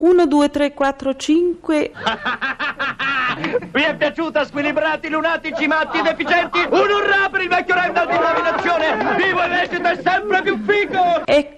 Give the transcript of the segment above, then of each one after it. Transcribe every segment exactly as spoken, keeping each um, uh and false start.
uno, due, tre, quattro, cinque. Vi è piaciuta, squilibrati, lunatici, matti, deficienti? Un urrà per il vecchio Randall di laminazione! Vivo e l'esito è sempre più figo! Ecco.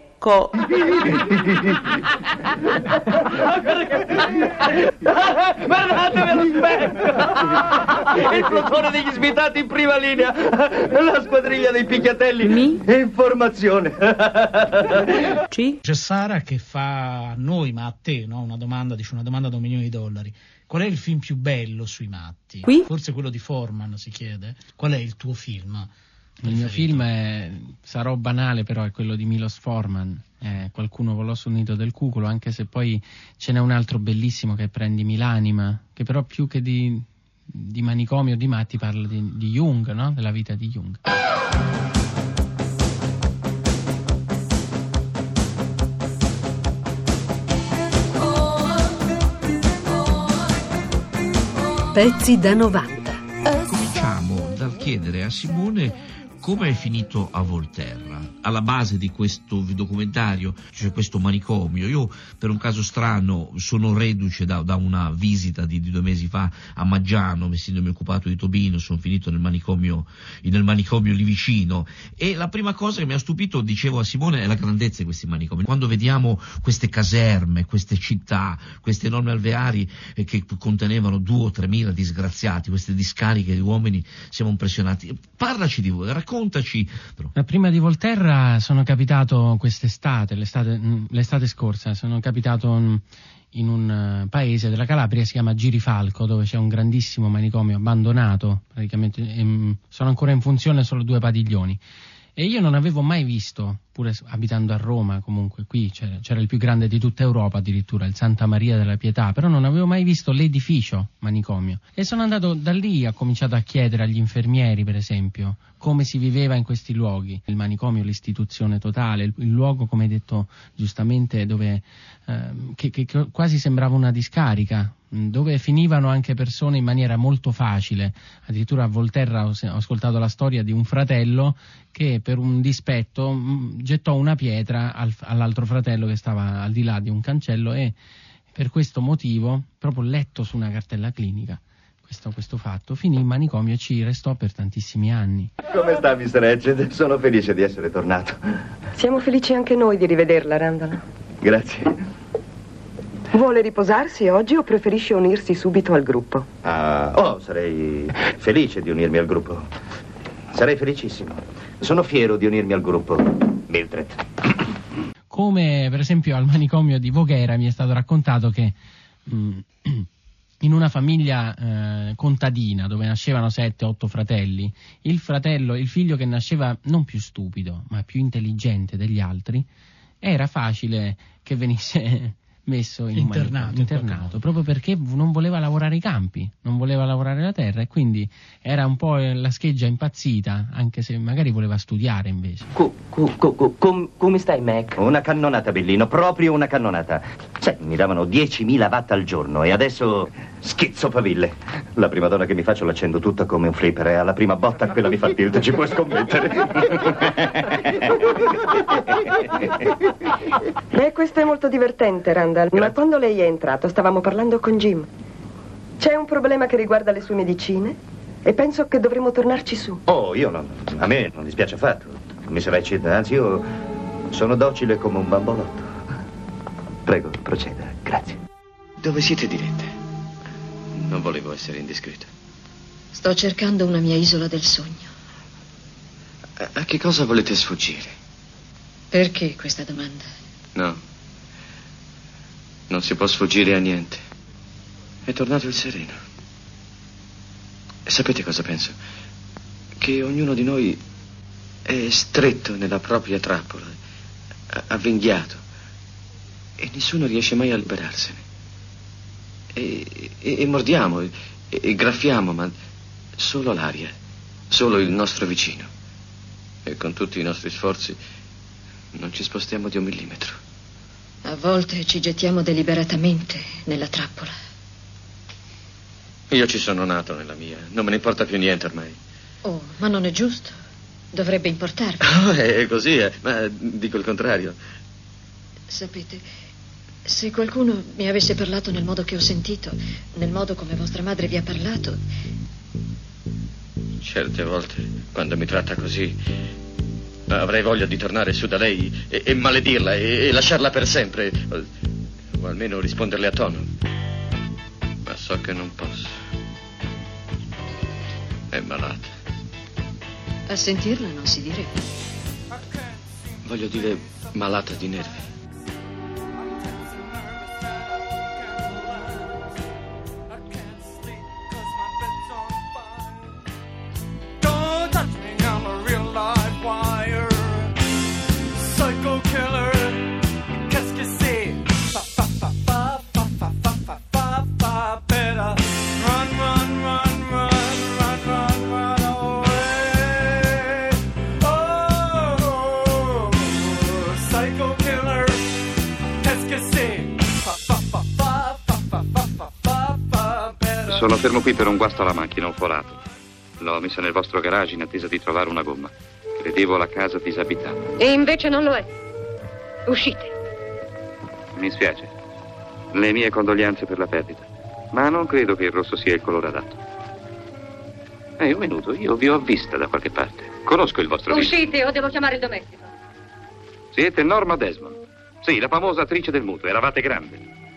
Guardate allo specchio! Il plotone degli svitati in prima linea! La squadriglia dei picchiatelli! Mi? Informazione! C. C'è Sara che fa a noi, ma a te, no? Una domanda, dice una domanda da un milione di dollari. Qual è il film più bello sui matti? Qui? Forse quello di Foreman, si chiede. Qual è il tuo film? Il mio film è, sarò banale, però è quello di Milos Forman, eh, Qualcuno volò sul nido del cuculo, anche se poi ce n'è un altro bellissimo che è Prendimi l'anima, che però più che di, di manicomio di matti parla di, di Jung, no? Della vita di Jung. Pezzi da novanta. Cominciamo dal chiedere a Simone come è finito a Volterra. Alla base di questo documentario c'è questo manicomio. Io, per un caso strano, sono reduce da, da una visita di, di due mesi fa a Maggiano, essendomi occupato di Tobino, sono finito nel manicomio, nel manicomio lì vicino, e la prima cosa che mi ha stupito, dicevo a Simone, è la grandezza di questi manicomi. Quando vediamo queste caserme, queste città, questi enormi alveari eh, che contenevano due o tremila disgraziati, queste discariche di uomini, siamo impressionati. Parlaci di voi, raccontaci. Ma prima di Volterra sono capitato quest'estate, l'estate, l'estate scorsa, sono capitato in un paese della Calabria, si chiama Girifalco, dove c'è un grandissimo manicomio abbandonato, praticamente sono ancora in funzione solo due padiglioni. E io non avevo mai visto, pur abitando a Roma, comunque qui c'era, c'era il più grande di tutta Europa addirittura, il Santa Maria della Pietà, però non avevo mai visto l'edificio manicomio. E sono andato da lì, ho cominciato a chiedere agli infermieri, per esempio, come si viveva in questi luoghi. Il manicomio, l'istituzione totale, il, il luogo, come hai detto giustamente, dove eh, che, che quasi sembrava una discarica, dove finivano anche persone in maniera molto facile. Addirittura a Volterra ho, ho ascoltato la storia di un fratello che per un dispetto mh, gettò una pietra al, all'altro fratello che stava al di là di un cancello, e per questo motivo, proprio letto su una cartella clinica, questo, questo fatto, finì in manicomio e ci restò per tantissimi anni. Come sta, mister Edged? Sono felice di essere tornato. Siamo felici anche noi di rivederla, Randall. Grazie. Vuole riposarsi oggi o preferisce unirsi subito al gruppo? Ah, oh, sarei felice di unirmi al gruppo. Sarei felicissimo. Sono fiero di unirmi al gruppo, Mildred. Come per esempio al manicomio di Voghera mi è stato raccontato che mh, in una famiglia eh, contadina dove nascevano sette, otto fratelli, il fratello, il figlio che nasceva non più stupido ma più intelligente degli altri, era facile che venisse messo in internato, un internato proprio perché non voleva lavorare i campi, non voleva lavorare la terra, e quindi era un po' la scheggia impazzita, anche se magari voleva studiare invece. Co, co, co, co, com, come stai, Mac? Una cannonata, Bellino, proprio una cannonata. Sai, mi davano diecimila watt al giorno e adesso schizzo faville. La prima donna che mi faccio l'accendo tutta come un flipper e alla prima botta quella mi fa tilt, ci puoi scommettere. Beh, questo è molto divertente, Randall. Grazie. Ma quando lei è entrato stavamo parlando con Jim. C'è un problema che riguarda le sue medicine e penso che dovremo tornarci su. Oh, io non... a me non dispiace affatto. mister Edged, anzi io sono docile come un bambolotto. Prego, proceda, grazie. Dove siete dirette? Non volevo essere indiscreto. Sto cercando una mia isola del sogno. A, a che cosa volete sfuggire? Perché questa domanda? No. Non si può sfuggire a niente. È tornato il sereno. E sapete cosa penso? Che ognuno di noi è stretto nella propria trappola, avvinghiato, e nessuno riesce mai a liberarsene. E, e, e mordiamo, e, e graffiamo, ma solo l'aria, solo il nostro vicino. E con tutti i nostri sforzi non ci spostiamo di un millimetro. A volte ci gettiamo deliberatamente nella trappola. Io ci sono nato nella mia, non me ne importa più niente ormai. Oh, ma non è giusto. Dovrebbe importarvi. Oh, è così, eh. Ma dico il contrario. Sapete, Se qualcuno mi avesse parlato nel modo che ho sentito, nel modo come vostra madre vi ha parlato... Certe volte, quando mi tratta così, avrei voglia di tornare su da lei e, e maledirla e, e lasciarla per sempre, o, o almeno risponderle a tono. Ma so che non posso. È malata. A sentirla non si direbbe. Voglio dire, malata di nervi. Sono fermo qui per un guasto alla macchina, un forato. L'ho messa nel vostro garage in attesa di trovare una gomma. Credevo la casa disabitata. E invece non lo è. Uscite. Mi spiace. Le mie condoglianze per la perdita. Ma non credo che il rosso sia il colore adatto. Ehi, un minuto, io vi ho vista da qualche parte. Conosco il vostro viso. Uscite o devo chiamare il domestico. Siete Norma Desmond. Sì, la famosa attrice del muto. Eravate grande.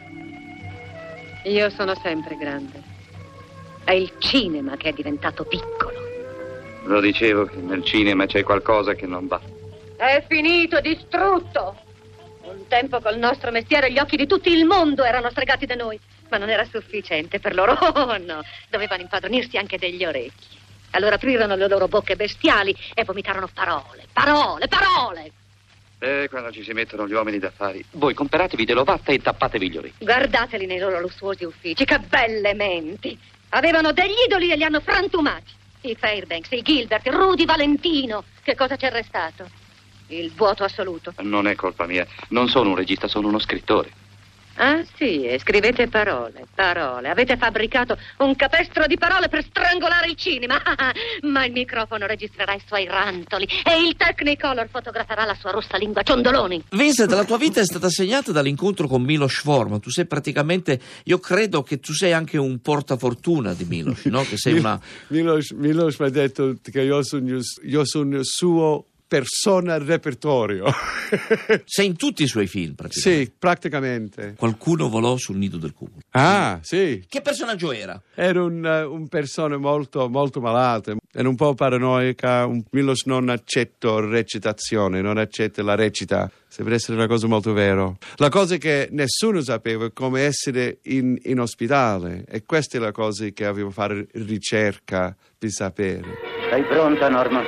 Io sono sempre grande. È il cinema che è diventato piccolo. Lo dicevo che nel cinema c'è qualcosa che non va. È finito, distrutto. Un tempo col nostro mestiere gli occhi di tutto il mondo erano stregati da noi, ma non era sufficiente per loro. Oh no, dovevano impadronirsi anche degli orecchi. Allora aprirono le loro bocche bestiali e vomitarono parole, parole, parole. E quando ci si mettono gli uomini d'affari, voi comperatevi dell'ovatta e tappatevi gli orecchi. Guardateli nei loro lussuosi uffici, che belle menti. Avevano degli idoli e li hanno frantumati. I Fairbanks, i Gilbert, Rudy Valentino. Che cosa c'è restato? Il vuoto assoluto. Non è colpa mia. Non sono un regista, sono uno scrittore. Ah sì, e scrivete parole, parole. Avete fabbricato un capestro di parole per strangolare il cinema. Ma il microfono registrerà i suoi rantoli e il Technicolor fotograferà la sua rossa lingua ciondoloni. Vincent, la tua vita è stata segnata dall'incontro con Milos Forman. Tu sei praticamente, io credo che tu sei anche un portafortuna di Milos, no? Che sei una... Milos, Milos mi ha detto che io sono, io sono suo persona al repertorio. Sei in tutti i suoi film, praticamente. Sì, praticamente. Qualcuno volò sul nido del cuculo. Ah, sì. Che personaggio era? Era un, uh, un persona molto, molto malata. Era un po' paranoica. Un, Milos non accetta recitazione, non accetta la recita. Sembra essere una cosa molto vera. La cosa che nessuno sapeva è come essere in, in ospedale. E questa è la cosa che avevo fare ricerca per sapere. Sei pronta, Norma?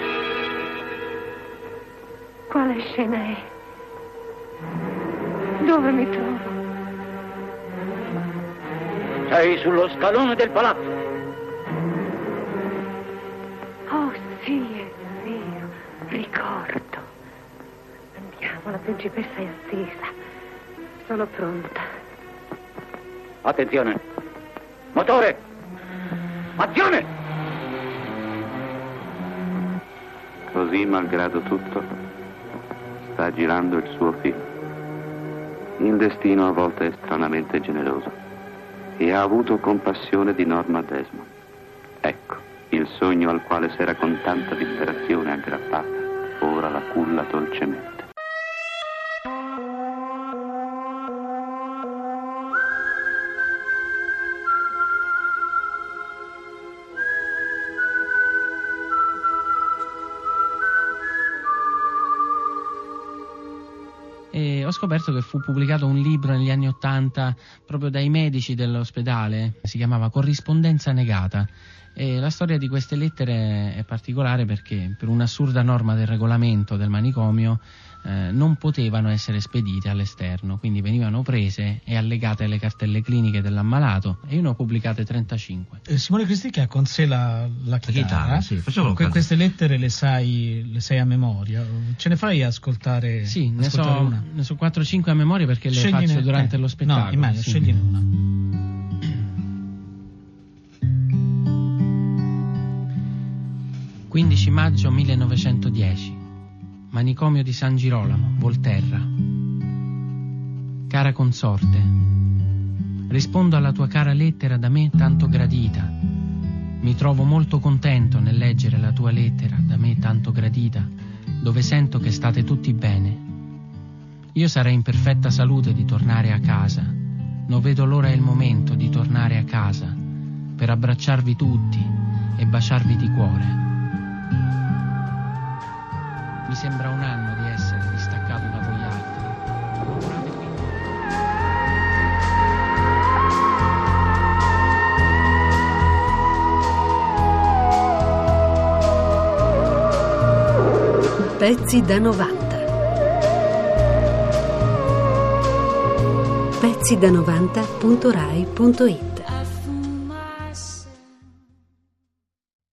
Quale scena è? Dove mi trovo? Sei sullo scalone del palazzo. Oh sì, è vero, ricordo. Andiamo, la principessa è attesa. Sono pronta. Attenzione. Motore. Azione! Così, malgrado tutto, sta girando il suo film. Il destino a volte è stranamente generoso e ha avuto compassione di Norma Desmond. Ecco, il sogno al quale s'era con tanta disperazione aggrappata, ora la culla dolcemente. E ho scoperto che fu pubblicato un libro negli anni Ottanta proprio dai medici dell'ospedale, si chiamava Corrispondenza negata, e la storia di queste lettere è particolare perché per un'assurda norma del regolamento del manicomio eh, non potevano essere spedite all'esterno, quindi venivano prese e allegate alle cartelle cliniche dell'ammalato, e io ne ho pubblicate trentacinque. Eh, Simone Cristicchi ha con sé la, la chitarra, chitarra sì, facciamo que- queste lettere le sai, le sai a memoria, ce ne fai ascoltare? Sì, ne ascoltare so, una? ne so quattro cinque a memoria perché le Scegliene, faccio durante eh, lo spettacolo. No, immagino, sì. scegliene una. quindici maggio millenovecentodieci, manicomio di San Girolamo, Volterra. Cara consorte, rispondo alla tua cara lettera da me tanto gradita. Mi trovo molto contento nel leggere la tua lettera da me tanto gradita, dove sento che state tutti bene. Io sarei in perfetta salute di tornare a casa. Non vedo l'ora e il momento di tornare a casa per abbracciarvi tutti e baciarvi di cuore. Mi sembra un anno di essere distaccato da voi altri. Pezzi da novanta. pezzi da novanta punto rai punto it